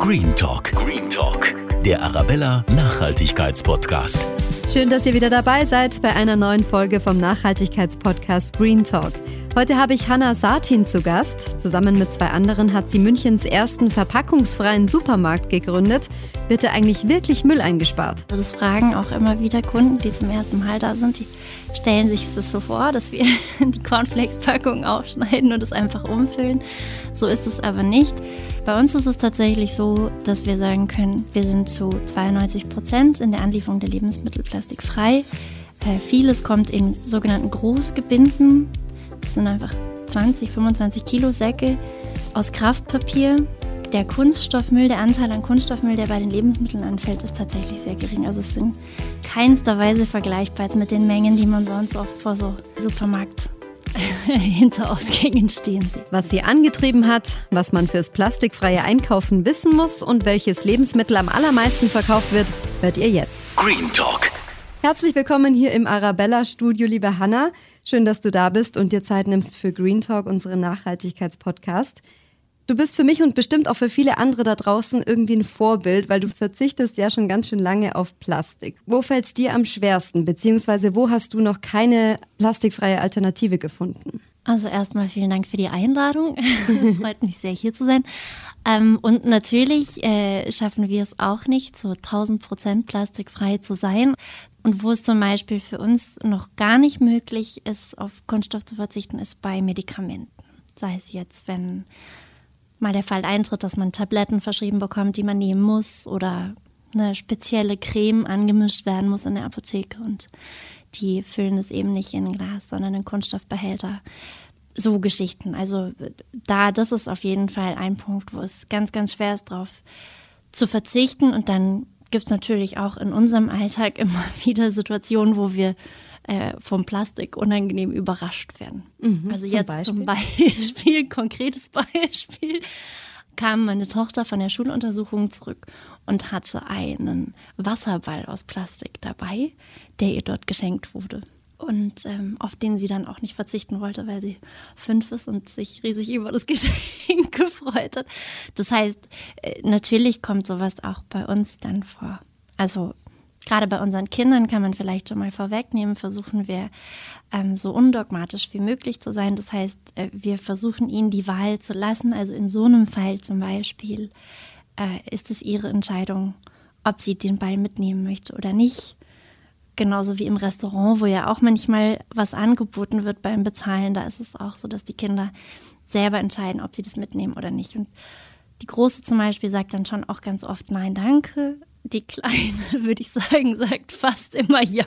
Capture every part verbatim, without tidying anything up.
Green Talk. Green Talk, der Arabella Nachhaltigkeitspodcast. Schön, dass ihr wieder dabei seid bei einer neuen Folge vom Nachhaltigkeitspodcast Green Talk. Heute habe ich Hanna Sartin zu Gast. Zusammen mit zwei anderen hat sie Münchens ersten verpackungsfreien Supermarkt gegründet. Wird da eigentlich wirklich Müll eingespart? Das fragen auch immer wieder Kunden, die zum ersten Mal da sind. Die stellen sich das so vor, dass wir die Cornflakes-Packung aufschneiden und es einfach umfüllen. So ist es aber nicht. Bei uns ist es tatsächlich so, dass wir sagen können, wir sind zu zweiundneunzig Prozent in der Anlieferung der Lebensmittel plastikfrei. Äh, vieles kommt in sogenannten Großgebinden. Das sind einfach zwanzig, fünfundzwanzig Kilo Säcke aus Kraftpapier. Der Kunststoffmüll, der Anteil an Kunststoffmüll, der bei den Lebensmitteln anfällt, ist tatsächlich sehr gering. Also es ist in keinster Weise vergleichbar mit den Mengen, die man bei uns oft vor so Supermarkt-Hinterausgängen stehen sieht. Was sie angetrieben hat, was man fürs plastikfreie Einkaufen wissen muss und welches Lebensmittel am allermeisten verkauft wird, hört ihr jetzt. Green Talk. Herzlich willkommen hier im Arabella-Studio, liebe Hanna. Schön, dass du da bist und dir Zeit nimmst für Green Talk, unseren Nachhaltigkeitspodcast. Du bist für mich und bestimmt auch für viele andere da draußen irgendwie ein Vorbild, weil du verzichtest ja schon ganz schön lange auf Plastik. Wo fällt es dir am schwersten, beziehungsweise wo hast du noch keine plastikfreie Alternative gefunden? Also erstmal vielen Dank für die Einladung. Es freut mich sehr, hier zu sein. Ähm, und natürlich äh, schaffen wir es auch nicht, so tausend Prozent plastikfrei zu sein. Und wo es zum Beispiel für uns noch gar nicht möglich ist, auf Kunststoff zu verzichten, ist bei Medikamenten. Sei es jetzt, wenn mal der Fall eintritt, dass man Tabletten verschrieben bekommt, die man nehmen muss, oder eine spezielle Creme angemischt werden muss in der Apotheke und die füllen es eben nicht in ein Glas, sondern in Kunststoffbehälter. So Geschichten. Also da, das ist auf jeden Fall ein Punkt, wo es ganz, ganz schwer ist, darauf zu verzichten. Und dann gibt es natürlich auch in unserem Alltag immer wieder Situationen, wo wir äh, vom Plastik unangenehm überrascht werden. Mhm, also zum jetzt Beispiel? zum Beispiel, konkretes Beispiel, kam meine Tochter von der Schuluntersuchung zurück und hatte einen Wasserball aus Plastik dabei, der ihr dort geschenkt wurde. Und ähm, auf den sie dann auch nicht verzichten wollte, weil sie fünf ist und sich riesig über das Geschenk gefreut hat. Das heißt, äh, natürlich kommt sowas auch bei uns dann vor. Also gerade bei unseren Kindern kann man vielleicht schon mal vorwegnehmen, versuchen wir ähm, so undogmatisch wie möglich zu sein. Das heißt, äh, wir versuchen ihnen die Wahl zu lassen. Also in so einem Fall zum Beispiel äh, ist es ihre Entscheidung, ob sie den Ball mitnehmen möchte oder nicht. Genauso wie im Restaurant, wo ja auch manchmal was angeboten wird beim Bezahlen. Da ist es auch so, dass die Kinder selber entscheiden, ob sie das mitnehmen oder nicht. Und die Große zum Beispiel sagt dann schon auch ganz oft Nein, danke. Die Kleine, würde ich sagen, sagt fast immer Ja.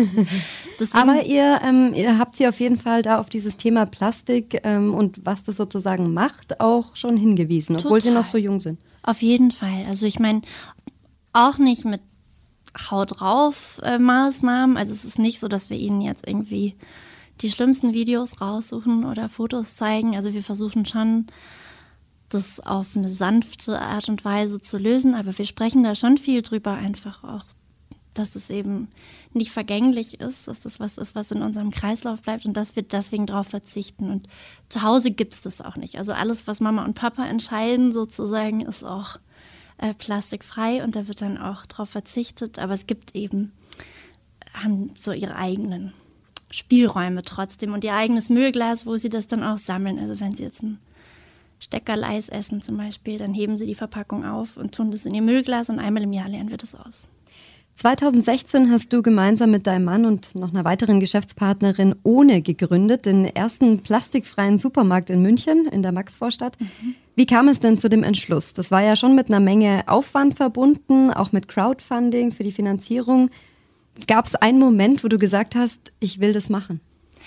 Aber ihr, ähm, ihr habt sie auf jeden Fall da auf dieses Thema Plastik ähm, und was das sozusagen macht, auch schon hingewiesen, obwohl Total. sie noch so jung sind. Auf jeden Fall. Also ich meine, auch nicht mit Haut drauf äh, Maßnahmen. Also es ist nicht so, dass wir ihnen jetzt irgendwie die schlimmsten Videos raussuchen oder Fotos zeigen. Also wir versuchen schon, das auf eine sanfte Art und Weise zu lösen. Aber wir sprechen da schon viel drüber, einfach auch, dass es eben nicht vergänglich ist, dass das was ist, was in unserem Kreislauf bleibt und dass wir deswegen darauf verzichten. Und zu Hause gibt es das auch nicht. Also alles, was Mama und Papa entscheiden sozusagen, ist auch Äh, plastikfrei und da wird dann auch drauf verzichtet, aber es gibt eben, haben so ihre eigenen Spielräume trotzdem und ihr eigenes Müllglas, wo sie das dann auch sammeln. Also wenn sie jetzt ein Steckerl-Eis essen zum Beispiel, dann heben sie die Verpackung auf und tun das in ihr Müllglas und einmal im Jahr leeren wir das aus. zweitausendsechzehn hast du gemeinsam mit deinem Mann und noch einer weiteren Geschäftspartnerin Ohne gegründet, den ersten plastikfreien Supermarkt in München, in der Maxvorstadt. Mhm. Wie kam es denn zu dem Entschluss? Das war ja schon mit einer Menge Aufwand verbunden, auch mit Crowdfunding für die Finanzierung. Gab es einen Moment, wo du gesagt hast, ich will das machen?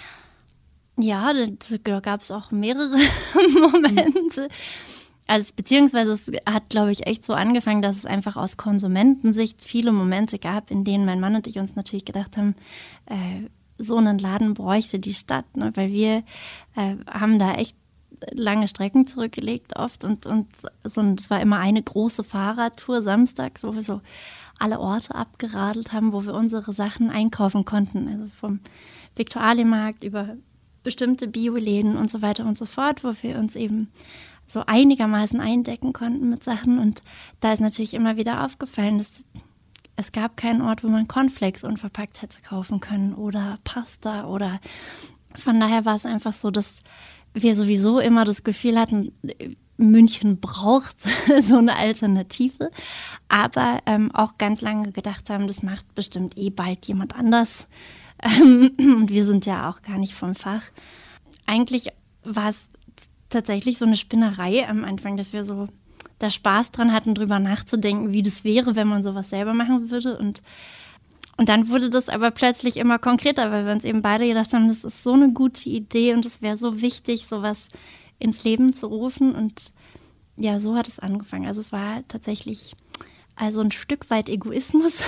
Ja, da gab es auch mehrere Momente. Also beziehungsweise es hat, glaube ich, echt so angefangen, dass es einfach aus Konsumentensicht viele Momente gab, in denen mein Mann und ich uns natürlich gedacht haben, äh, so einen Laden bräuchte die Stadt, ne? Weil wir äh, haben da echt lange Strecken zurückgelegt oft und, und so, es war immer eine große Fahrradtour samstags, wo wir so alle Orte abgeradelt haben, wo wir unsere Sachen einkaufen konnten, also vom Viktualienmarkt über bestimmte Bioläden und so weiter und so fort, wo wir uns eben so einigermaßen eindecken konnten mit Sachen. Und da ist natürlich immer wieder aufgefallen, dass es gab keinen Ort, wo man Cornflakes unverpackt hätte kaufen können oder Pasta oder von daher war es einfach so, dass wir sowieso immer das Gefühl hatten, München braucht so eine Alternative, aber ähm, auch ganz lange gedacht haben, das macht bestimmt eh bald jemand anders. Ähm, und wir sind ja auch gar nicht vom Fach. Eigentlich war es tatsächlich so eine Spinnerei am Anfang, dass wir so da Spaß dran hatten, drüber nachzudenken, wie das wäre, wenn man sowas selber machen würde. Und, und dann wurde das aber plötzlich immer konkreter, weil wir uns eben beide gedacht haben, das ist so eine gute Idee und es wäre so wichtig, sowas ins Leben zu rufen. Und ja, so hat es angefangen. Also es war tatsächlich also ein Stück weit Egoismus,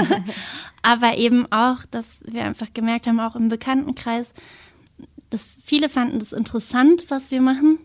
aber eben auch, dass wir einfach gemerkt haben, auch im Bekanntenkreis, dass viele fanden das interessant, was wir machen.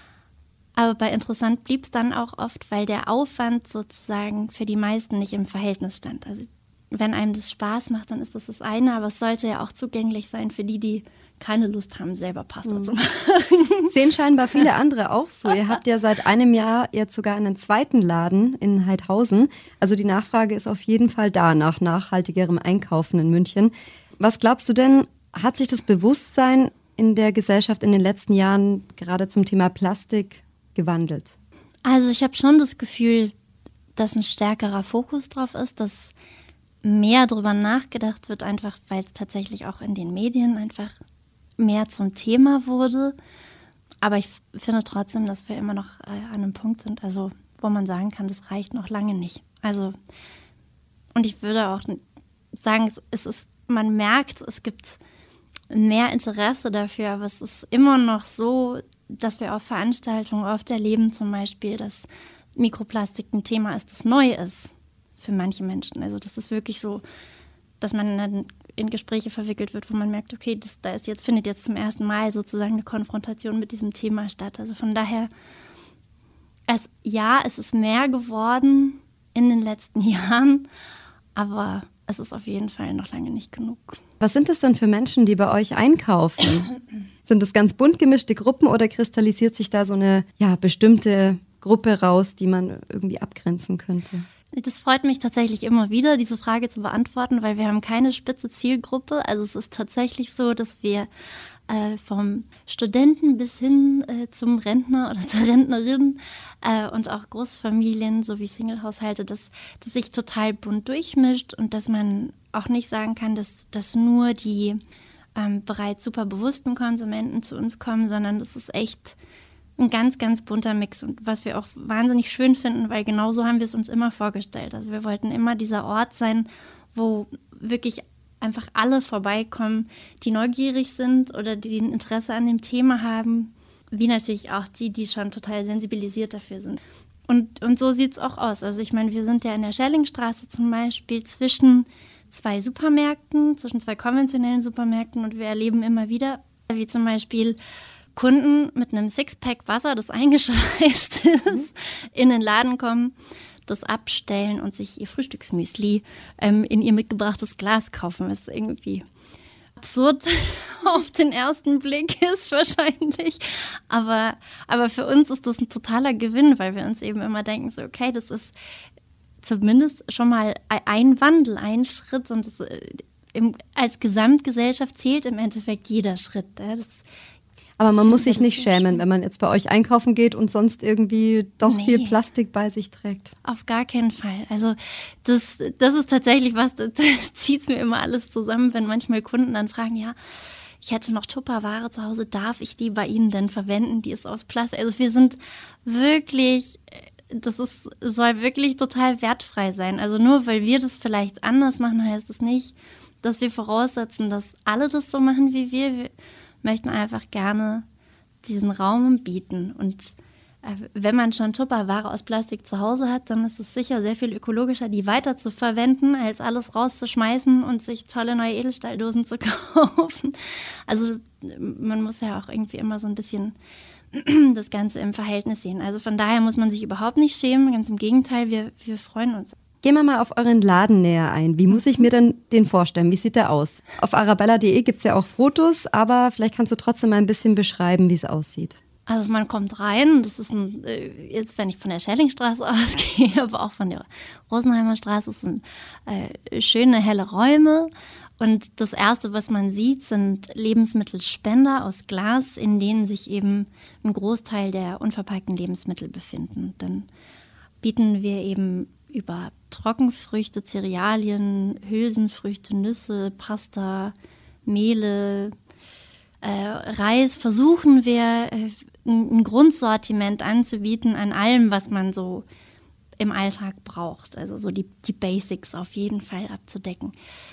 Aber bei interessant blieb es dann auch oft, weil der Aufwand sozusagen für die meisten nicht im Verhältnis stand. Also wenn einem das Spaß macht, dann ist das das eine, aber es sollte ja auch zugänglich sein für die, die keine Lust haben, selber Pasta mhm. zu machen. Sehen scheinbar viele andere auch so. Ihr habt ja seit einem Jahr jetzt sogar einen zweiten Laden in Heidhausen. Also die Nachfrage ist auf jeden Fall da nach nachhaltigerem Einkaufen in München. Was glaubst du denn, hat sich das Bewusstsein in der Gesellschaft in den letzten Jahren gerade zum Thema Plastik gewandelt? Also ich habe schon das Gefühl, dass ein stärkerer Fokus drauf ist, dass mehr drüber nachgedacht wird, einfach weil es tatsächlich auch in den Medien einfach mehr zum Thema wurde. Aber ich finde trotzdem, dass wir immer noch äh, an einem Punkt sind, also wo man sagen kann, das reicht noch lange nicht. Also und ich würde auch sagen, es ist, man merkt, es gibt mehr Interesse dafür, aber es ist immer noch so, dass wir auf Veranstaltungen oft erleben, zum Beispiel, dass Mikroplastik ein Thema ist, das neu ist für manche Menschen. Also das ist wirklich so, dass man dann in Gespräche verwickelt wird, wo man merkt, okay, das, da ist jetzt, findet jetzt zum ersten Mal sozusagen eine Konfrontation mit diesem Thema statt. Also von daher, es, ja, es ist mehr geworden in den letzten Jahren, aber es ist auf jeden Fall noch lange nicht genug. Was sind das denn für Menschen, die bei euch einkaufen? Sind das ganz bunt gemischte Gruppen oder kristallisiert sich da so eine ja, bestimmte Gruppe raus, die man irgendwie abgrenzen könnte? Das freut mich tatsächlich immer wieder, diese Frage zu beantworten, weil wir haben keine spitze Zielgruppe. Also es ist tatsächlich so, dass wir äh, vom Studenten bis hin äh, zum Rentner oder zur Rentnerin äh, und auch Großfamilien sowie Singlehaushalte, dass das sich total bunt durchmischt und dass man auch nicht sagen kann, dass, dass nur die ähm, bereits super bewussten Konsumenten zu uns kommen, sondern das ist echt ein ganz, ganz bunter Mix und was wir auch wahnsinnig schön finden, weil genauso haben wir es uns immer vorgestellt. Also wir wollten immer dieser Ort sein, wo wirklich einfach alle vorbeikommen, die neugierig sind oder die ein Interesse an dem Thema haben, wie natürlich auch die, die schon total sensibilisiert dafür sind. Und, und so sieht es auch aus. Also ich meine, wir sind ja in der Schellingstraße zum Beispiel zwischen zwei Supermärkten, zwischen zwei konventionellen Supermärkten und wir erleben immer wieder, wie zum Beispiel Kunden mit einem Sixpack Wasser, das eingeschweißt ist, in den Laden kommen, das abstellen und sich ihr Frühstücksmüsli ähm, in ihr mitgebrachtes Glas kaufen, was irgendwie absurd auf den ersten Blick ist wahrscheinlich. Aber, aber für uns ist das ein totaler Gewinn, weil wir uns eben immer denken, so okay, das ist zumindest schon mal ein Wandel, ein Schritt und das, im, als Gesamtgesellschaft zählt im Endeffekt jeder Schritt. Ja, das Aber man muss sich nicht schämen, wenn man jetzt bei euch einkaufen geht und sonst irgendwie doch nee. viel Plastik bei sich trägt. Auf gar keinen Fall. Also das, das ist tatsächlich was, das zieht mir immer alles zusammen, wenn manchmal Kunden dann fragen, ja, ich hätte noch Tupperware zu Hause, darf ich die bei Ihnen denn verwenden? Die ist aus Plastik. Also wir sind wirklich, das ist, soll wirklich total wertfrei sein. Also nur weil wir das vielleicht anders machen, heißt es nicht, dass wir voraussetzen, dass alle das so machen wie wir. Wir möchten einfach gerne diesen Raum bieten. Und äh, wenn man schon Tupperware aus Plastik zu Hause hat, dann ist es sicher sehr viel ökologischer, die weiter zu verwenden, als alles rauszuschmeißen und sich tolle neue Edelstahldosen zu kaufen. Also man muss ja auch irgendwie immer so ein bisschen das Ganze im Verhältnis sehen. Also von daher muss man sich überhaupt nicht schämen. Ganz im Gegenteil, wir, wir freuen uns. Gehen wir mal auf euren Laden näher ein. Wie muss ich mir denn den vorstellen? Wie sieht der aus? Auf arabella punkt de gibt es ja auch Fotos, aber vielleicht kannst du trotzdem mal ein bisschen beschreiben, wie es aussieht. Also man kommt rein, das ist ein, jetzt wenn ich von der Schellingstraße ausgehe, aber auch von der Rosenheimer Straße, das sind äh, schöne, helle Räume. Und das Erste, was man sieht, sind Lebensmittelspender aus Glas, in denen sich eben ein Großteil der unverpackten Lebensmittel befinden. Dann bieten wir eben über Trockenfrüchte, Cerealien, Hülsenfrüchte, Nüsse, Pasta, Mehle, äh, Reis, versuchen wir äh, ein Grundsortiment anzubieten an allem, was man so im Alltag braucht. Also so die, die Basics auf jeden Fall abzudecken.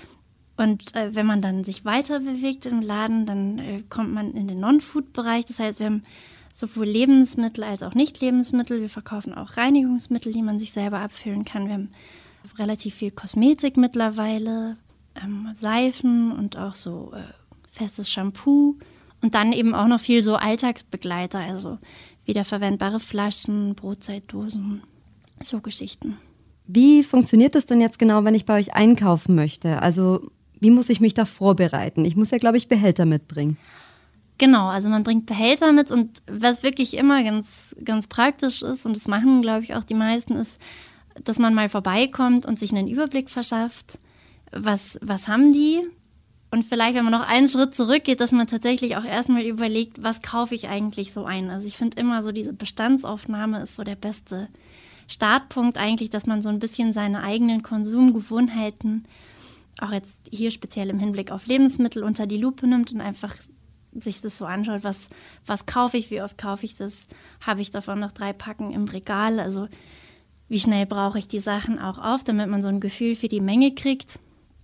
Und äh, wenn man dann sich weiter bewegt im Laden, dann äh, kommt man in den Non-Food-Bereich. Das heißt, wir haben sowohl Lebensmittel als auch Nicht-Lebensmittel. Wir verkaufen auch Reinigungsmittel, die man sich selber abfüllen kann. Wir haben relativ viel Kosmetik mittlerweile, ähm, Seifen und auch so äh, festes Shampoo. Und dann eben auch noch viel so Alltagsbegleiter, also wiederverwendbare Flaschen, Brotzeitdosen, so Geschichten. Wie funktioniert das denn jetzt genau, wenn ich bei euch einkaufen möchte? Also wie muss ich mich da vorbereiten? Ich muss ja, glaube ich, Behälter mitbringen. Genau, also man bringt Behälter mit und was wirklich immer ganz, ganz praktisch ist, und das machen, glaube ich, auch die meisten, ist, dass man mal vorbeikommt und sich einen Überblick verschafft, was, was haben die? Und vielleicht, wenn man noch einen Schritt zurückgeht, dass man tatsächlich auch erstmal überlegt, was kaufe ich eigentlich so ein? Also ich finde immer so, diese Bestandsaufnahme ist so der beste Startpunkt eigentlich, dass man so ein bisschen seine eigenen Konsumgewohnheiten, auch jetzt hier speziell im Hinblick auf Lebensmittel, unter die Lupe nimmt und einfach sich das so anschaut, was, was kaufe ich, wie oft kaufe ich das, habe ich davon noch drei Packen im Regal, also wie schnell brauche ich die Sachen auch auf, damit man so ein Gefühl für die Menge kriegt.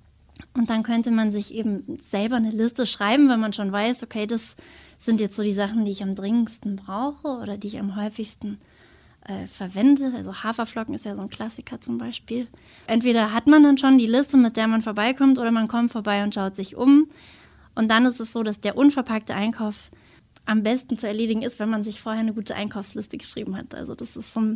Und dann könnte man sich eben selber eine Liste schreiben, wenn man schon weiß, okay, das sind jetzt so die Sachen, die ich am dringendsten brauche oder die ich am häufigsten äh, verwende. Also Haferflocken ist ja so ein Klassiker zum Beispiel. Entweder hat man dann schon die Liste, mit der man vorbeikommt, oder man kommt vorbei und schaut sich um. Und dann ist es so, dass der unverpackte Einkauf am besten zu erledigen ist, wenn man sich vorher eine gute Einkaufsliste geschrieben hat. Also das ist so ein,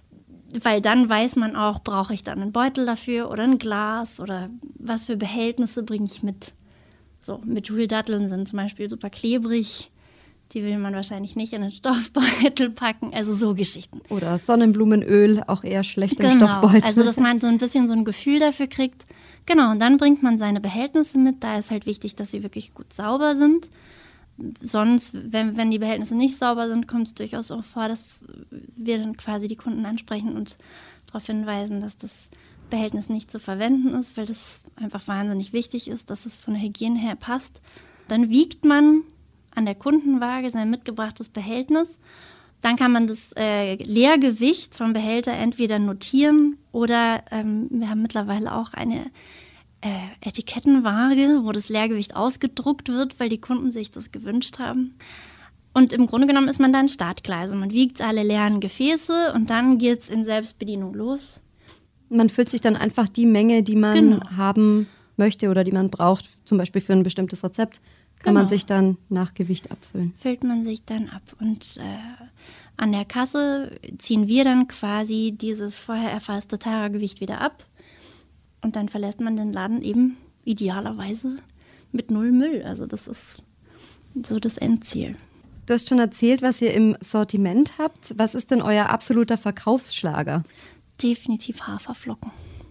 weil dann weiß man auch, brauche ich dann einen Beutel dafür oder ein Glas oder was für Behältnisse bringe ich mit. So, Methyldatteln sind zum Beispiel super klebrig. Die will man wahrscheinlich nicht in einen Stoffbeutel packen. Also so Geschichten. Oder Sonnenblumenöl, auch eher schlecht im Genau, Stoffbeutel. also dass man so ein bisschen so ein Gefühl dafür kriegt. Genau, und dann bringt man seine Behältnisse mit. Da ist halt wichtig, dass sie wirklich gut sauber sind. Sonst, wenn, wenn die Behältnisse nicht sauber sind, kommt es durchaus auch vor, dass wir dann quasi die Kunden ansprechen und darauf hinweisen, dass das Behältnis nicht zu verwenden ist, weil das einfach wahnsinnig wichtig ist, dass es von der Hygiene her passt. Dann wiegt man an der Kundenwaage sein mitgebrachtes Behältnis. Dann kann man das äh, Leergewicht vom Behälter entweder notieren oder ähm, wir haben mittlerweile auch eine äh, Etikettenwaage, wo das Leergewicht ausgedruckt wird, weil die Kunden sich das gewünscht haben. Und im Grunde genommen ist man dann startklar. Also man wiegt alle leeren Gefäße und dann geht es in Selbstbedienung los. Man füllt sich dann einfach die Menge, die man Genau. haben möchte oder die man braucht, zum Beispiel für ein bestimmtes Rezept, kann Genau. man sich dann nach Gewicht abfüllen. Füllt man sich dann ab. Und äh, an der Kasse ziehen wir dann quasi dieses vorher erfasste Tara-Gewicht wieder ab. Und dann verlässt man den Laden eben idealerweise mit null Müll. Also das ist so das Endziel. Du hast schon erzählt, was ihr im Sortiment habt. Was ist denn euer absoluter Verkaufsschlager? Definitiv Haferflocken.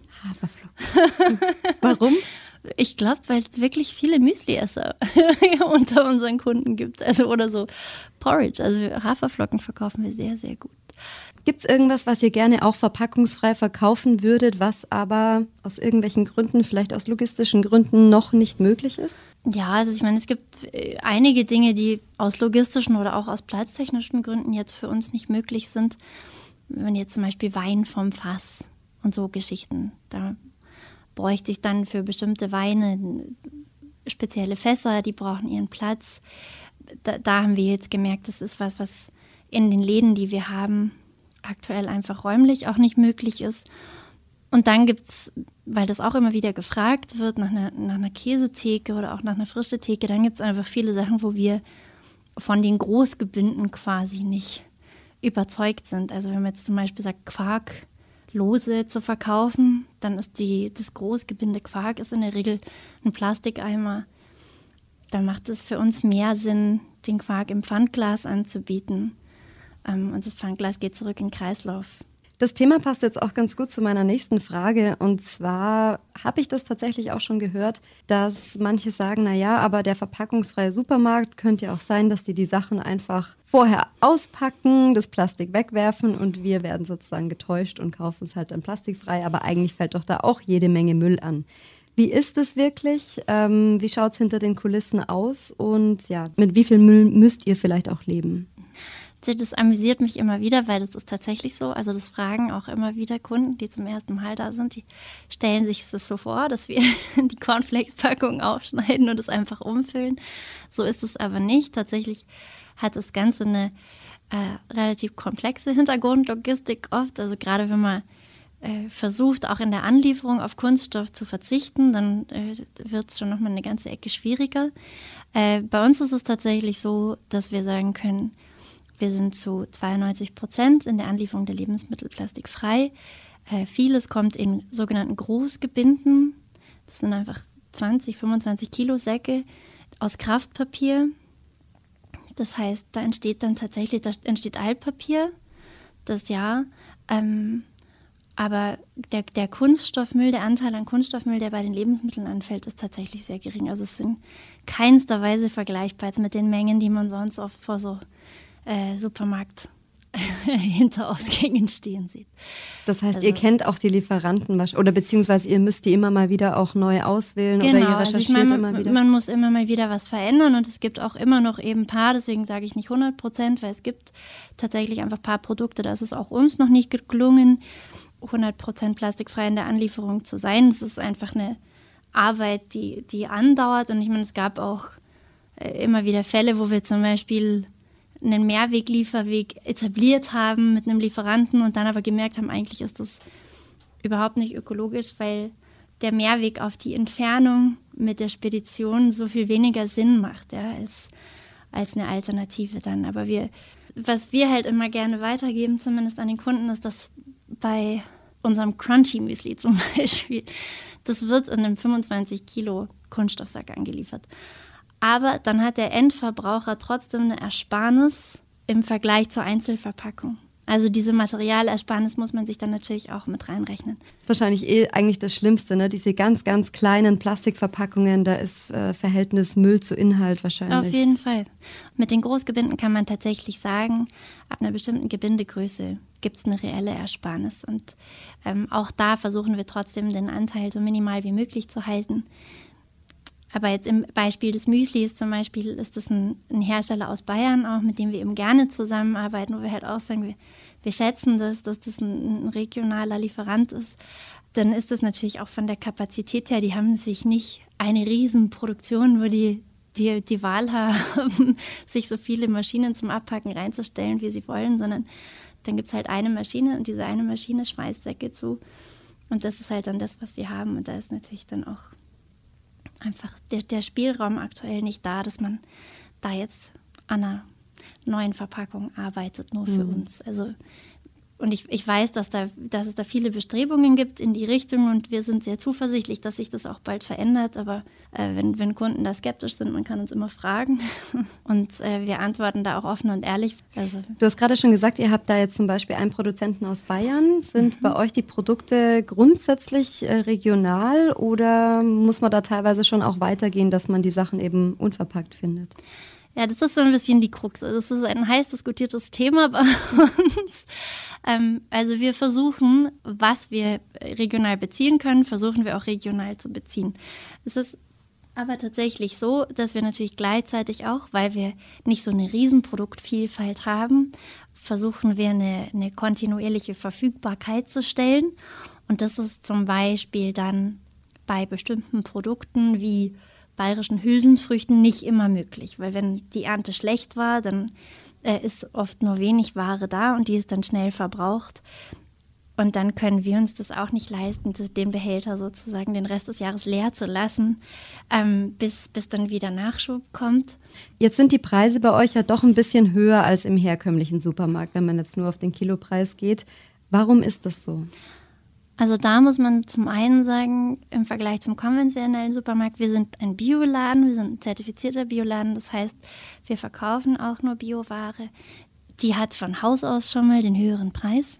Haferflocken. Warum? Ich glaube, weil es wirklich viele Müsli-Esser unter unseren Kunden gibt. Also oder so Porridge. Also Haferflocken verkaufen wir sehr, sehr gut. Gibt es irgendwas, was ihr gerne auch verpackungsfrei verkaufen würdet, was aber aus irgendwelchen Gründen, vielleicht aus logistischen Gründen, noch nicht möglich ist? Ja, also ich meine, es gibt einige Dinge, die aus logistischen oder auch aus platztechnischen Gründen jetzt für uns nicht möglich sind. Wenn jetzt zum Beispiel Wein vom Fass und so Geschichten, da bräuchte ich dann für bestimmte Weine spezielle Fässer, die brauchen ihren Platz. Da, da haben wir jetzt gemerkt, das ist was, was in den Läden, die wir haben, aktuell einfach räumlich auch nicht möglich ist. Und dann gibt es, weil das auch immer wieder gefragt wird, nach einer, nach einer Käsetheke oder auch nach einer frischen Theke, dann gibt es einfach viele Sachen, wo wir von den Großgebinden quasi nicht überzeugt sind. Also wenn man jetzt zum Beispiel sagt, Quark lose zu verkaufen, dann ist die, das Großgebinde Quark ist in der Regel ein Plastikeimer. da macht es für uns mehr Sinn, den Quark im Pfandglas anzubieten. Ähm, und das Pfandglas geht zurück in den Kreislauf. Das Thema passt jetzt auch ganz gut zu meiner nächsten Frage. Und zwar habe ich das tatsächlich auch schon gehört, dass manche sagen, naja, aber der verpackungsfreie Supermarkt könnte ja auch sein, dass die die Sachen einfach vorher auspacken, das Plastik wegwerfen und wir werden sozusagen getäuscht und kaufen es halt dann plastikfrei. Aber eigentlich fällt doch da auch jede Menge Müll an. Wie ist es wirklich? Ähm, wie schaut es hinter den Kulissen aus? Und ja, mit wie viel Müll müsst ihr vielleicht auch leben? Das amüsiert mich immer wieder, weil das ist tatsächlich so. Also das fragen auch immer wieder Kunden, die zum ersten Mal da sind. Die stellen sich das so vor, dass wir die Cornflakes-Packung aufschneiden und es einfach umfüllen. So ist es aber nicht. Tatsächlich hat das Ganze eine äh, relativ komplexe Hintergrundlogistik oft. Also gerade wenn man äh, versucht, auch in der Anlieferung auf Kunststoff zu verzichten, dann äh, wird es schon nochmal eine ganze Ecke schwieriger. Äh, bei uns ist es tatsächlich so, dass wir sagen können, wir sind zu zweiundneunzig Prozent in der Anlieferung der Lebensmittel plastikfrei. Äh, vieles kommt in sogenannten Großgebinden. Das sind einfach zwanzig, fünfundzwanzig Kilo Säcke aus Kraftpapier. Das heißt, da entsteht dann tatsächlich, da entsteht Altpapier, das ja. Ähm, aber der, der Kunststoffmüll, der Anteil an Kunststoffmüll, der bei den Lebensmitteln anfällt, ist tatsächlich sehr gering. Also es ist in keinster Weise vergleichbar mit den Mengen, die man sonst oft vor so Äh, Supermarkt Hinterausgängen stehen sieht. Das heißt, also, ihr kennt auch die Lieferanten oder beziehungsweise ihr müsst die immer mal wieder auch neu auswählen genau, oder ihr recherchiert also ich meine, immer wieder? Man muss immer mal wieder was verändern und es gibt auch immer noch eben ein paar, deswegen sage ich nicht hundert Prozent, weil es gibt tatsächlich einfach ein paar Produkte, da ist es auch uns noch nicht gelungen, hundert Prozent plastikfrei in der Anlieferung zu sein. Es ist einfach eine Arbeit, die, die andauert und ich meine, es gab auch äh, immer wieder Fälle, wo wir zum Beispiel einen Mehrweglieferweg etabliert haben mit einem Lieferanten und dann aber gemerkt haben, eigentlich ist das überhaupt nicht ökologisch, weil der Mehrweg auf die Entfernung mit der Spedition so viel weniger Sinn macht, ja, als, als eine Alternative dann. Aber wir, was wir halt immer gerne weitergeben, zumindest an den Kunden, ist, dass bei unserem Crunchy-Müsli zum Beispiel, das wird in einem fünfundzwanzig Kilo Kunststoffsack angeliefert. Aber dann hat der Endverbraucher trotzdem eine Ersparnis im Vergleich zur Einzelverpackung. Also diese Materialersparnis muss man sich dann natürlich auch mit reinrechnen. Das ist wahrscheinlich eh eigentlich das Schlimmste, ne? Diese ganz, ganz kleinen Plastikverpackungen, da ist äh, Verhältnis Müll zu Inhalt wahrscheinlich. Auf jeden Fall. Mit den Großgebinden kann man tatsächlich sagen, ab einer bestimmten Gebindegröße gibt es eine reelle Ersparnis. Und ähm, auch da versuchen wir trotzdem, den Anteil so minimal wie möglich zu halten. Aber jetzt im Beispiel des Müslis zum Beispiel ist das ein, ein Hersteller aus Bayern auch, mit dem wir eben gerne zusammenarbeiten, wo wir halt auch sagen, wir, wir schätzen das, dass das ein, ein regionaler Lieferant ist. Dann ist das natürlich auch von der Kapazität her, die haben natürlich nicht eine Riesenproduktion, wo die die, die Wahl haben, sich so viele Maschinen zum Abpacken reinzustellen, wie sie wollen, sondern dann gibt es halt eine Maschine und diese eine Maschine schmeißt Säcke zu. Und das ist halt dann das, was sie haben. Und da ist natürlich dann auch einfach der, der Spielraum aktuell nicht da, dass man da jetzt an einer neuen Verpackung arbeitet, nur für mhm. uns. Also, und ich, ich weiß, dass, da, dass es da viele Bestrebungen gibt in die Richtung und wir sind sehr zuversichtlich, dass sich das auch bald verändert. Aber äh, wenn, wenn Kunden da skeptisch sind, man kann uns immer fragen und äh, wir antworten da auch offen und ehrlich. Also, du hast gerade schon gesagt, ihr habt da jetzt zum Beispiel einen Produzenten aus Bayern. Sind mhm. bei euch die Produkte grundsätzlich äh, regional oder muss man da teilweise schon auch weitergehen, dass man die Sachen eben unverpackt findet? Ja, das ist so ein bisschen die Krux. Das ist ein heiß diskutiertes Thema bei uns. Ähm, also wir versuchen, was wir regional beziehen können, versuchen wir auch regional zu beziehen. Es ist aber tatsächlich so, dass wir natürlich gleichzeitig auch, weil wir nicht so eine Riesenproduktvielfalt haben, versuchen wir eine, eine kontinuierliche Verfügbarkeit zu stellen. Und das ist zum Beispiel dann bei bestimmten Produkten wie bayerischen Hülsenfrüchten nicht immer möglich, weil wenn die Ernte schlecht war, dann äh, ist oft nur wenig Ware da und die ist dann schnell verbraucht. Und dann können wir uns das auch nicht leisten, den Behälter sozusagen den Rest des Jahres leer zu lassen, ähm, bis, bis dann wieder Nachschub kommt. Jetzt sind die Preise bei euch ja doch ein bisschen höher als im herkömmlichen Supermarkt, wenn man jetzt nur auf den Kilopreis geht. Warum ist das so? Also da muss man zum einen sagen, im Vergleich zum konventionellen Supermarkt, wir sind ein Bioladen, wir sind ein zertifizierter Bioladen. Das heißt, wir verkaufen auch nur Bioware. Die hat von Haus aus schon mal den höheren Preis.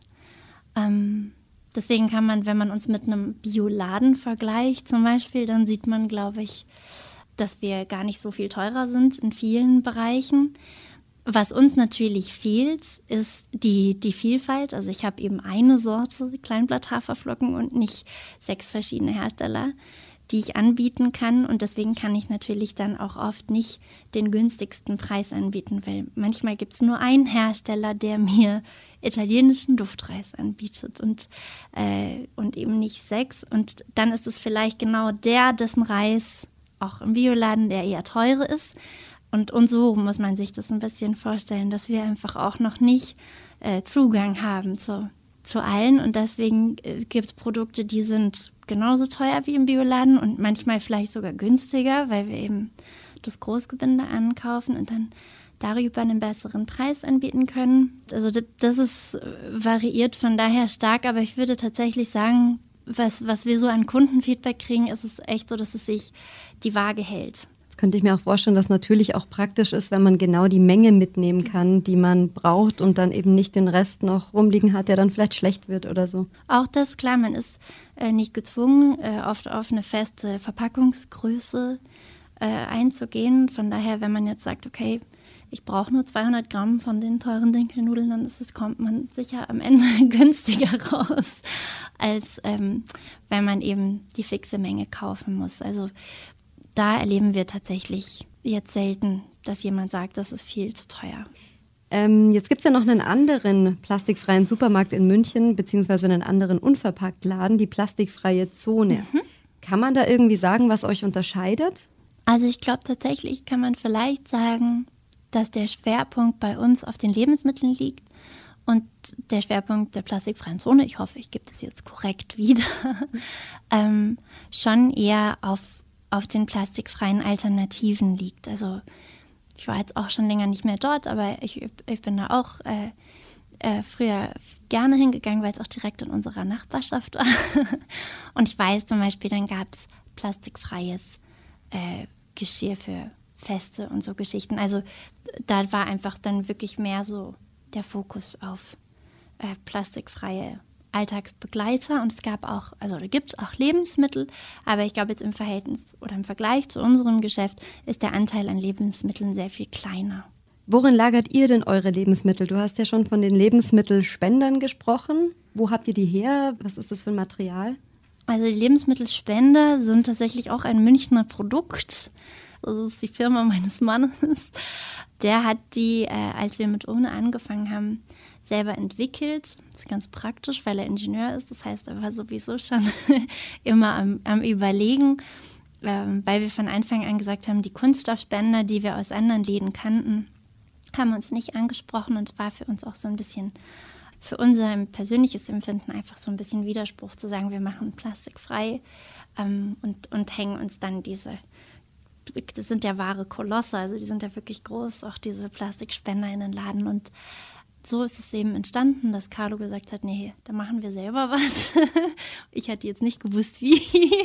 Ähm, deswegen kann man, wenn man uns mit einem Bioladen vergleicht zum Beispiel, dann sieht man, glaube ich, dass wir gar nicht so viel teurer sind in vielen Bereichen. Was uns natürlich fehlt, ist die, die Vielfalt. Also ich habe eben eine Sorte Kleinblatt-Haferflocken und nicht sechs verschiedene Hersteller, die ich anbieten kann. Und deswegen kann ich natürlich dann auch oft nicht den günstigsten Preis anbieten, weil manchmal gibt es nur einen Hersteller, der mir italienischen Duftreis anbietet und, äh, und eben nicht sechs. Und dann ist es vielleicht genau der, dessen Reis auch im Bioladen, der eher teure ist. Und, und so muss man sich das ein bisschen vorstellen, dass wir einfach auch noch nicht äh, Zugang haben zu, zu allen. Und deswegen äh, gibt es Produkte, die sind genauso teuer wie im Bioladen und manchmal vielleicht sogar günstiger, weil wir eben das Großgebinde ankaufen und dann darüber einen besseren Preis anbieten können. Also das, das ist äh, variiert von daher stark, aber ich würde tatsächlich sagen, was, was wir so an Kundenfeedback kriegen, ist es echt so, dass es sich die Waage hält. Könnte ich mir auch vorstellen, dass natürlich auch praktisch ist, wenn man genau die Menge mitnehmen kann, die man braucht und dann eben nicht den Rest noch rumliegen hat, der dann vielleicht schlecht wird oder so. Auch das, klar, man ist äh, nicht gezwungen, äh, oft auf eine feste Verpackungsgröße äh, einzugehen. Von daher, wenn man jetzt sagt, okay, ich brauche nur zweihundert Gramm von den teuren Dinkelnudeln, dann ist es, kommt man sicher am Ende günstiger raus, als ähm, wenn man eben die fixe Menge kaufen muss. Also da erleben wir tatsächlich jetzt selten, dass jemand sagt, das ist viel zu teuer. Ähm, jetzt gibt es ja noch einen anderen plastikfreien Supermarkt in München, beziehungsweise einen anderen Unverpacktladen, die plastikfreie Zone. Mhm. Kann man da irgendwie sagen, was euch unterscheidet? Also ich glaube tatsächlich kann man vielleicht sagen, dass der Schwerpunkt bei uns auf den Lebensmitteln liegt und der Schwerpunkt der plastikfreien Zone, ich hoffe, ich gebe das jetzt korrekt wieder, ähm, schon eher auf auf den plastikfreien Alternativen liegt. Also ich war jetzt auch schon länger nicht mehr dort, aber ich, ich bin da auch äh, äh, früher gerne hingegangen, weil es auch direkt in unserer Nachbarschaft war. Und ich weiß zum Beispiel, dann gab es plastikfreies äh, Geschirr für Feste und so Geschichten. Also da war einfach dann wirklich mehr so der Fokus auf äh, plastikfreie Alltagsbegleiter und es gab auch, also da gibt es auch Lebensmittel, aber ich glaube jetzt im Verhältnis oder im Vergleich zu unserem Geschäft ist der Anteil an Lebensmitteln sehr viel kleiner. Worin lagert ihr denn eure Lebensmittel? Du hast ja schon von den Lebensmittelspendern gesprochen. Wo habt ihr die her? Was ist das für ein Material? Also die Lebensmittelspender sind tatsächlich auch ein Münchner Produkt. Das ist die Firma meines Mannes. Der hat die, äh, als wir mit Urne angefangen haben, selber entwickelt. Das ist ganz praktisch, weil er Ingenieur ist. Das heißt, er war sowieso schon immer am, am Überlegen, ähm, weil wir von Anfang an gesagt haben, die Kunststoffspender, die wir aus anderen Läden kannten, haben uns nicht angesprochen und war für uns auch so ein bisschen, für unser persönliches Empfinden einfach so ein bisschen Widerspruch zu sagen, wir machen plastikfrei ähm, und, und hängen uns dann diese, das sind ja wahre Kolosse, also die sind ja wirklich groß, auch diese Plastikspender in den Laden und so ist es eben entstanden, dass Carlo gesagt hat, nee, da machen wir selber was. Ich hatte jetzt nicht gewusst, wie.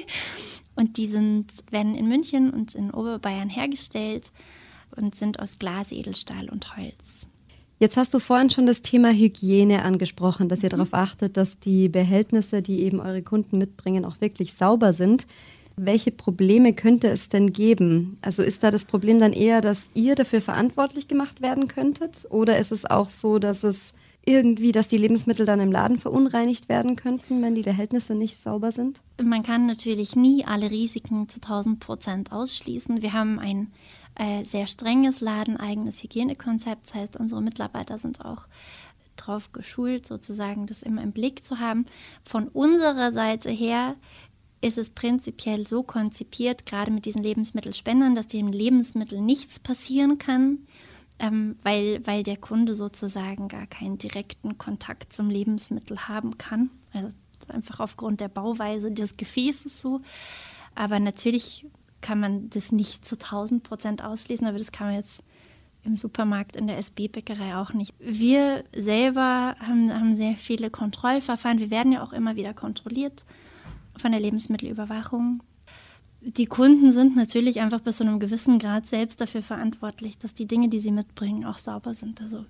Und die sind, werden in München und in Oberbayern hergestellt und sind aus Glas, Edelstahl und Holz. Jetzt hast du vorhin schon das Thema Hygiene angesprochen, dass ihr darauf achtet, dass die Behältnisse, die eben eure Kunden mitbringen, auch wirklich sauber sind. Welche Probleme könnte es denn geben? Also ist da das Problem dann eher, dass ihr dafür verantwortlich gemacht werden könntet? Oder ist es auch so, dass es irgendwie, dass die Lebensmittel dann im Laden verunreinigt werden könnten, wenn die Behältnisse nicht sauber sind? Man kann natürlich nie alle Risiken zu tausend Prozent ausschließen. Wir haben ein äh, sehr strenges ladeneigenes Hygienekonzept. Das heißt, unsere Mitarbeiter sind auch darauf geschult, sozusagen das immer im Blick zu haben. Von unserer Seite her ist es prinzipiell so konzipiert, gerade mit diesen Lebensmittelspendern, dass dem Lebensmittel nichts passieren kann, ähm, weil, weil der Kunde sozusagen gar keinen direkten Kontakt zum Lebensmittel haben kann. Also einfach aufgrund der Bauweise des Gefäßes so. Aber natürlich kann man das nicht zu tausend Prozent ausschließen, aber das kann man jetzt im Supermarkt, in der S B-Bäckerei auch nicht. Wir selber haben, haben sehr viele Kontrollverfahren. Wir werden ja auch immer wieder kontrolliert von der Lebensmittelüberwachung. Die Kunden sind natürlich einfach bis zu einem gewissen Grad selbst dafür verantwortlich, dass die Dinge, die sie mitbringen, auch sauber sind. Also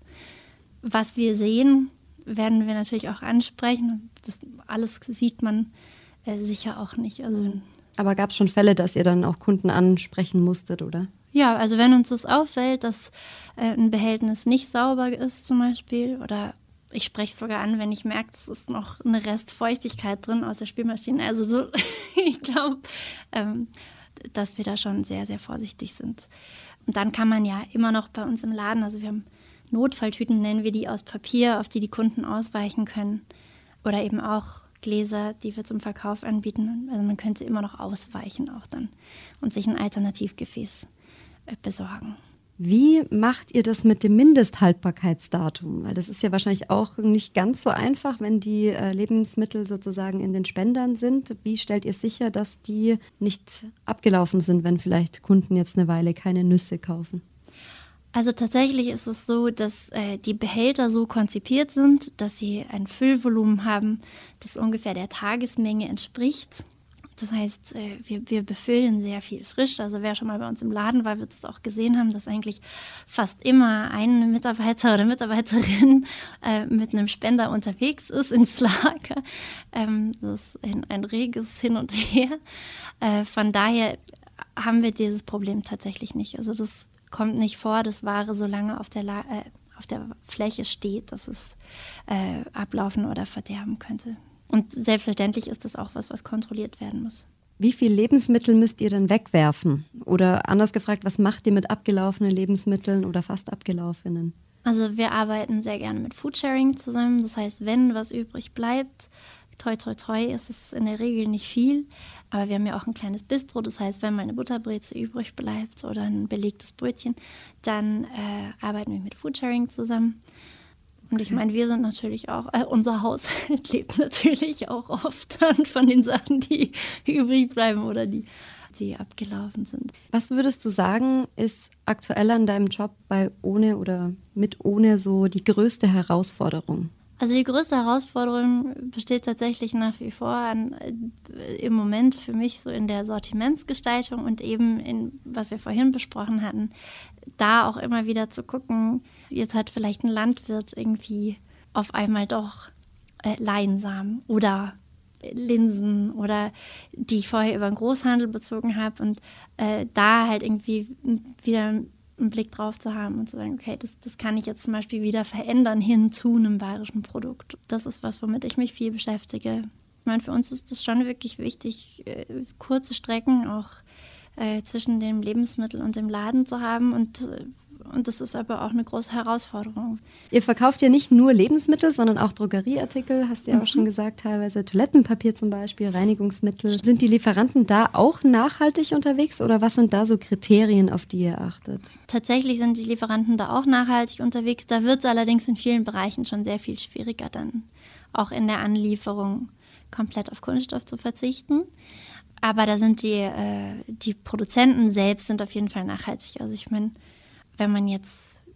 was wir sehen, werden wir natürlich auch ansprechen. Das alles sieht man äh, sicher auch nicht. Also, aber gab es schon Fälle, dass ihr dann auch Kunden ansprechen musstet, oder? Ja, also wenn uns das auffällt, dass äh, ein Behältnis nicht sauber ist zum Beispiel, oder ich spreche es sogar an, wenn ich merke, es ist noch eine Restfeuchtigkeit drin aus der Spülmaschine. Also so, ich glaube, ähm, dass wir da schon sehr, sehr vorsichtig sind. Und dann kann man ja immer noch bei uns im Laden, also wir haben Notfalltüten, nennen wir die, aus Papier, auf die die Kunden ausweichen können. Oder eben auch Gläser, die wir zum Verkauf anbieten. Also man könnte immer noch ausweichen auch dann und sich ein Alternativgefäß äh, besorgen. Wie macht ihr das mit dem Mindesthaltbarkeitsdatum? Weil das ist ja wahrscheinlich auch nicht ganz so einfach, wenn die äh, Lebensmittel sozusagen in den Spendern sind. Wie stellt ihr sicher, dass die nicht abgelaufen sind, wenn vielleicht Kunden jetzt eine Weile keine Nüsse kaufen? Also tatsächlich ist es so, dass äh, die Behälter so konzipiert sind, dass sie ein Füllvolumen haben, das ungefähr der Tagesmenge entspricht. Das heißt, äh, wir, wir befüllen sehr viel frisch. Also wer schon mal bei uns im Laden war, wird das auch gesehen haben, dass eigentlich fast immer ein Mitarbeiter oder Mitarbeiterin äh, mit einem Spender unterwegs ist ins Lager. Ähm, das ist ein, ein reges Hin und Her. Äh, von daher haben wir dieses Problem tatsächlich nicht. Also das kommt nicht vor, dass Ware so lange auf der, La- äh, auf der Fläche steht, dass es äh, ablaufen oder verderben könnte. Und selbstverständlich ist das auch was, was kontrolliert werden muss. Wie viel Lebensmittel müsst ihr denn wegwerfen? Oder anders gefragt, was macht ihr mit abgelaufenen Lebensmitteln oder fast abgelaufenen? Also wir arbeiten sehr gerne mit Foodsharing zusammen. Das heißt, wenn was übrig bleibt, toi toi toi, ist es in der Regel nicht viel. Aber wir haben ja auch ein kleines Bistro. Das heißt, wenn mal eine Butterbreze übrig bleibt oder ein belegtes Brötchen, dann äh, arbeiten wir mit Foodsharing zusammen. Und ich meine, wir sind natürlich auch, äh, unser Haushalt lebt natürlich auch oft dann von den Sachen, die übrig bleiben oder die, die abgelaufen sind. Was würdest du sagen, ist aktuell an deinem Job bei Ohne oder mit Ohne so die größte Herausforderung? Also die größte Herausforderung besteht tatsächlich nach wie vor an, äh, im Moment für mich so in der Sortimentsgestaltung und eben in, was wir vorhin besprochen hatten, da auch immer wieder zu gucken, jetzt hat vielleicht ein Landwirt irgendwie auf einmal doch äh, Leinsamen oder Linsen oder die ich vorher über den Großhandel bezogen habe und äh, da halt irgendwie wieder einen Blick drauf zu haben und zu sagen, okay, das, das kann ich jetzt zum Beispiel wieder verändern hin zu einem bayerischen Produkt. Das ist was, womit ich mich viel beschäftige. Ich meine, für uns ist das schon wirklich wichtig, äh, kurze Strecken auch äh, zwischen dem Lebensmittel und dem Laden zu haben und äh, Und das ist aber auch eine große Herausforderung. Ihr verkauft ja nicht nur Lebensmittel, sondern auch Drogerieartikel, hast du ja mhm. auch schon gesagt, teilweise Toilettenpapier zum Beispiel, Reinigungsmittel. Sind die Lieferanten da auch nachhaltig unterwegs oder was sind da so Kriterien, auf die ihr achtet? Tatsächlich sind die Lieferanten da auch nachhaltig unterwegs. Da wird es allerdings in vielen Bereichen schon sehr viel schwieriger, dann auch in der Anlieferung komplett auf Kunststoff zu verzichten. Aber da sind die, äh, die Produzenten selbst sind auf jeden Fall nachhaltig. Also ich meine, wenn man jetzt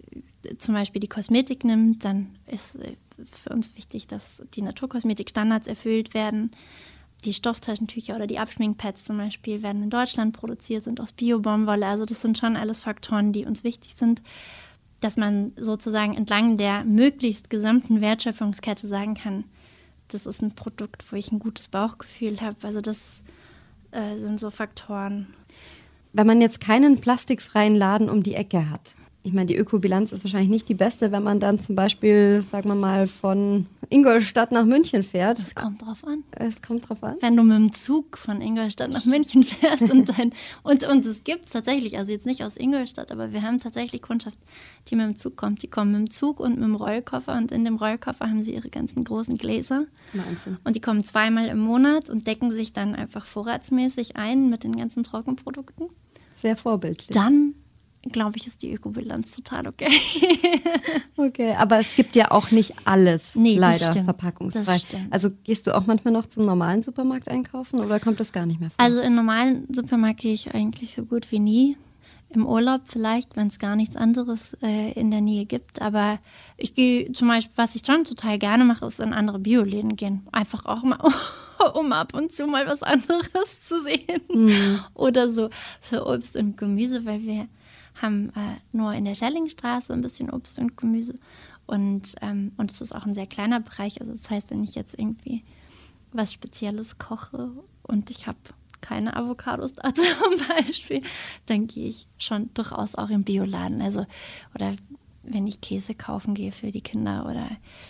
zum Beispiel die Kosmetik nimmt, dann ist für uns wichtig, dass die Naturkosmetikstandards erfüllt werden. Die Stofftaschentücher oder die Abschminkpads zum Beispiel werden in Deutschland produziert, sind aus Bio-Baumwolle. Also das sind schon alles Faktoren, die uns wichtig sind, dass man sozusagen entlang der möglichst gesamten Wertschöpfungskette sagen kann, das ist ein Produkt, wo ich ein gutes Bauchgefühl habe. Also das äh, sind so Faktoren. Wenn man jetzt keinen plastikfreien Laden um die Ecke hat, ich meine, die Ökobilanz ist wahrscheinlich nicht die beste, wenn man dann zum Beispiel, sagen wir mal, von Ingolstadt nach München fährt. Es kommt drauf an. Es kommt drauf an. Wenn du mit dem Zug von Ingolstadt nach München fährst und dann, und, und es gibt es tatsächlich, also jetzt nicht aus Ingolstadt, aber wir haben tatsächlich Kundschaft, die mit dem Zug kommt. Die kommen mit dem Zug und mit dem Rollkoffer und in dem Rollkoffer haben sie ihre ganzen großen Gläser. Wahnsinn. Und die kommen zweimal im Monat und decken sich dann einfach vorratsmäßig ein mit den ganzen Trockenprodukten. Sehr vorbildlich. Dann, glaube ich, ist die Ökobilanz total okay. Okay, aber es gibt ja auch nicht alles nee, leider stimmt, verpackungsfrei. Also gehst du auch manchmal noch zum normalen Supermarkt einkaufen oder kommt das gar nicht mehr vor? Also im normalen Supermarkt gehe ich eigentlich so gut wie nie. im Urlaub vielleicht, wenn es gar nichts anderes äh, in der Nähe gibt. Aber ich gehe zum Beispiel, was ich schon total gerne mache, ist in andere Bioläden gehen. Einfach auch mal, um ab und zu mal was anderes zu sehen. Mhm. Oder so für Obst und Gemüse, weil wir haben äh, nur in der Schellingstraße ein bisschen Obst und Gemüse. Und ähm, und es ist auch ein sehr kleiner Bereich. Also das heißt, wenn ich jetzt irgendwie was Spezielles koche und ich habe keine Avocados da zum Beispiel, dann gehe ich schon durchaus auch im Bioladen. Also, oder wenn ich Käse kaufen gehe für die Kinder, oder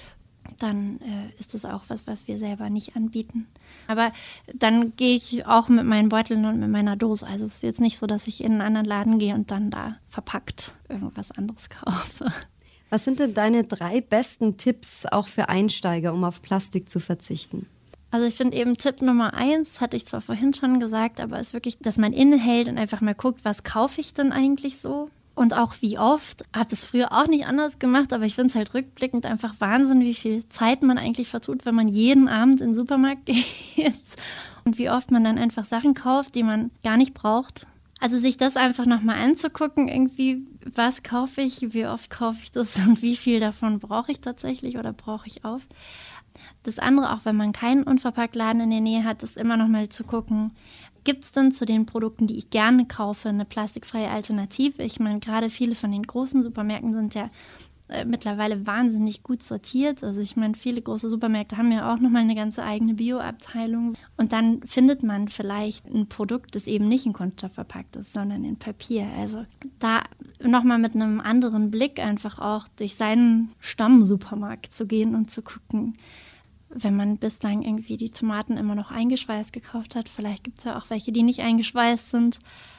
dann äh, ist das auch was, was wir selber nicht anbieten. Aber dann gehe ich auch mit meinen Beuteln und mit meiner Dose. Also es ist jetzt nicht so, dass ich in einen anderen Laden gehe und dann da verpackt irgendwas anderes kaufe. Was sind denn deine drei besten Tipps auch für Einsteiger, um auf Plastik zu verzichten? Also ich finde eben Tipp Nummer eins, hatte ich zwar vorhin schon gesagt, aber ist wirklich, dass man innehält und einfach mal guckt, was kaufe ich denn eigentlich so? Und auch wie oft. Habe das früher auch nicht anders gemacht, aber ich finde es halt rückblickend einfach Wahnsinn, wie viel Zeit man eigentlich vertut, wenn man jeden Abend in den Supermarkt geht. Und wie oft man dann einfach Sachen kauft, die man gar nicht braucht. Also sich das einfach nochmal anzugucken, irgendwie, was kaufe ich, wie oft kaufe ich das und wie viel davon brauche ich tatsächlich oder brauche ich auf. Das andere, auch wenn man keinen Unverpacktladen in der Nähe hat, ist immer noch mal zu gucken, gibt es denn zu den Produkten, die ich gerne kaufe, eine plastikfreie Alternative? Ich meine, gerade viele von den großen Supermärkten sind ja äh, mittlerweile wahnsinnig gut sortiert. Also ich meine, viele große Supermärkte haben ja auch noch mal eine ganze eigene Bio-Abteilung. Und dann findet man vielleicht ein Produkt, das eben nicht in Kunststoff verpackt ist, sondern in Papier. Also da noch mal mit einem anderen Blick einfach auch durch seinen Stammsupermarkt zu gehen und zu gucken, wenn man bislang irgendwie die Tomaten immer noch eingeschweißt gekauft hat. Vielleicht gibt es ja auch welche, die nicht eingeschweißt sind.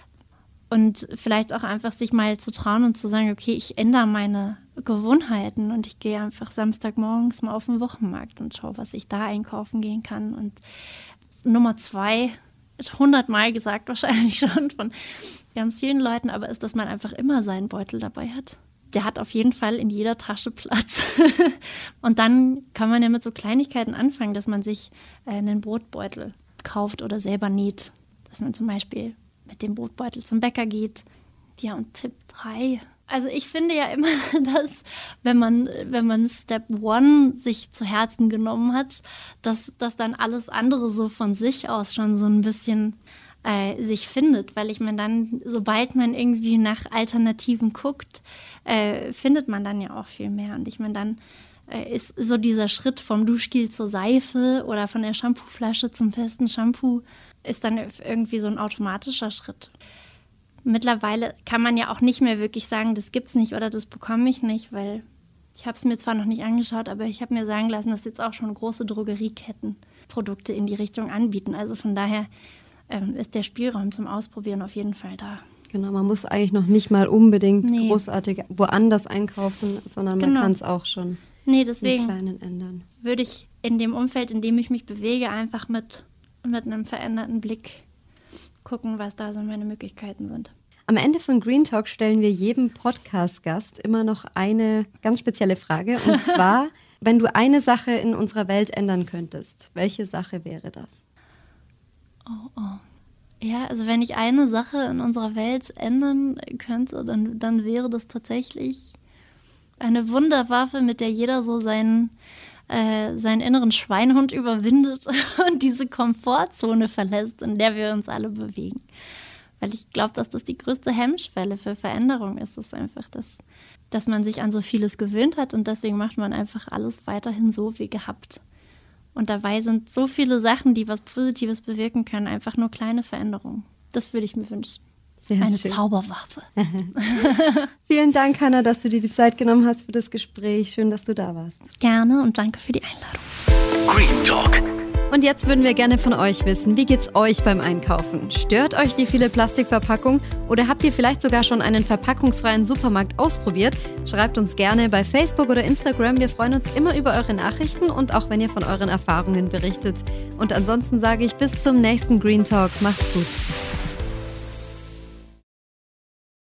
Und vielleicht auch einfach sich mal zu trauen und zu sagen, okay, ich ändere meine Gewohnheiten und ich gehe einfach Samstagmorgens mal auf den Wochenmarkt und schaue, was ich da einkaufen gehen kann. Und Nummer zwei, hundertmal gesagt wahrscheinlich schon von ganz vielen Leuten, aber ist, dass man einfach immer seinen Beutel dabei hat. Der hat auf jeden Fall in jeder Tasche Platz. Und dann kann man ja mit so Kleinigkeiten anfangen, dass man sich äh, einen Brotbeutel kauft oder selber näht. Dass man zum Beispiel mit dem Brotbeutel zum Bäcker geht. Ja, und Tipp drei. Also ich finde ja immer, dass wenn man, wenn man Step One sich zu Herzen genommen hat, dass, dass dann alles andere so von sich aus schon so ein bisschen Äh, sich findet, weil ich meine dann, sobald man irgendwie nach Alternativen guckt, äh, findet man dann ja auch viel mehr. Und ich meine dann äh, ist so dieser Schritt vom Duschgel zur Seife oder von der Shampooflasche zum festen Shampoo ist dann irgendwie so ein automatischer Schritt. Mittlerweile kann man ja auch nicht mehr wirklich sagen, das gibt's nicht oder das bekomme ich nicht, weil ich habe es mir zwar noch nicht angeschaut, aber ich habe mir sagen lassen, dass jetzt auch schon große Drogerieketten Produkte in die Richtung anbieten. Also von daher ist der Spielraum zum Ausprobieren auf jeden Fall da. Genau, man muss eigentlich noch nicht mal unbedingt nee. großartig woanders einkaufen, sondern man genau. kann es auch schon nee, deswegen im Kleinen ändern. Würde ich in dem Umfeld, in dem ich mich bewege, einfach mit, mit einem veränderten Blick gucken, was da so meine Möglichkeiten sind. Am Ende von Green Talk stellen wir jedem Podcast-Gast immer noch eine ganz spezielle Frage. Und zwar, wenn du eine Sache in unserer Welt ändern könntest, welche Sache wäre das? Oh, oh. Ja, also wenn ich eine Sache in unserer Welt ändern könnte, dann, dann wäre das tatsächlich eine Wunderwaffe, mit der jeder so seinen, äh, seinen inneren Schweinehund überwindet und diese Komfortzone verlässt, in der wir uns alle bewegen. Weil ich glaube, dass das die größte Hemmschwelle für Veränderung ist. Es ist einfach, dass, dass man sich an so vieles gewöhnt hat und deswegen macht man einfach alles weiterhin so wie gehabt. Und dabei sind so viele Sachen, die was Positives bewirken können, einfach nur kleine Veränderungen. Das würde ich mir wünschen. Sehr Eine schön. Zauberwaffe. Vielen Dank, Hannah, dass du dir die Zeit genommen hast für das Gespräch. Schön, dass du da warst. Gerne und danke für die Einladung. Green Talk. Und jetzt würden wir gerne von euch wissen, wie geht's euch beim Einkaufen? Stört euch die viele Plastikverpackung oder habt ihr vielleicht sogar schon einen verpackungsfreien Supermarkt ausprobiert? Schreibt uns gerne bei Facebook oder Instagram. Wir freuen uns immer über eure Nachrichten und auch wenn ihr von euren Erfahrungen berichtet. Und ansonsten sage ich bis zum nächsten Green Talk. Macht's gut.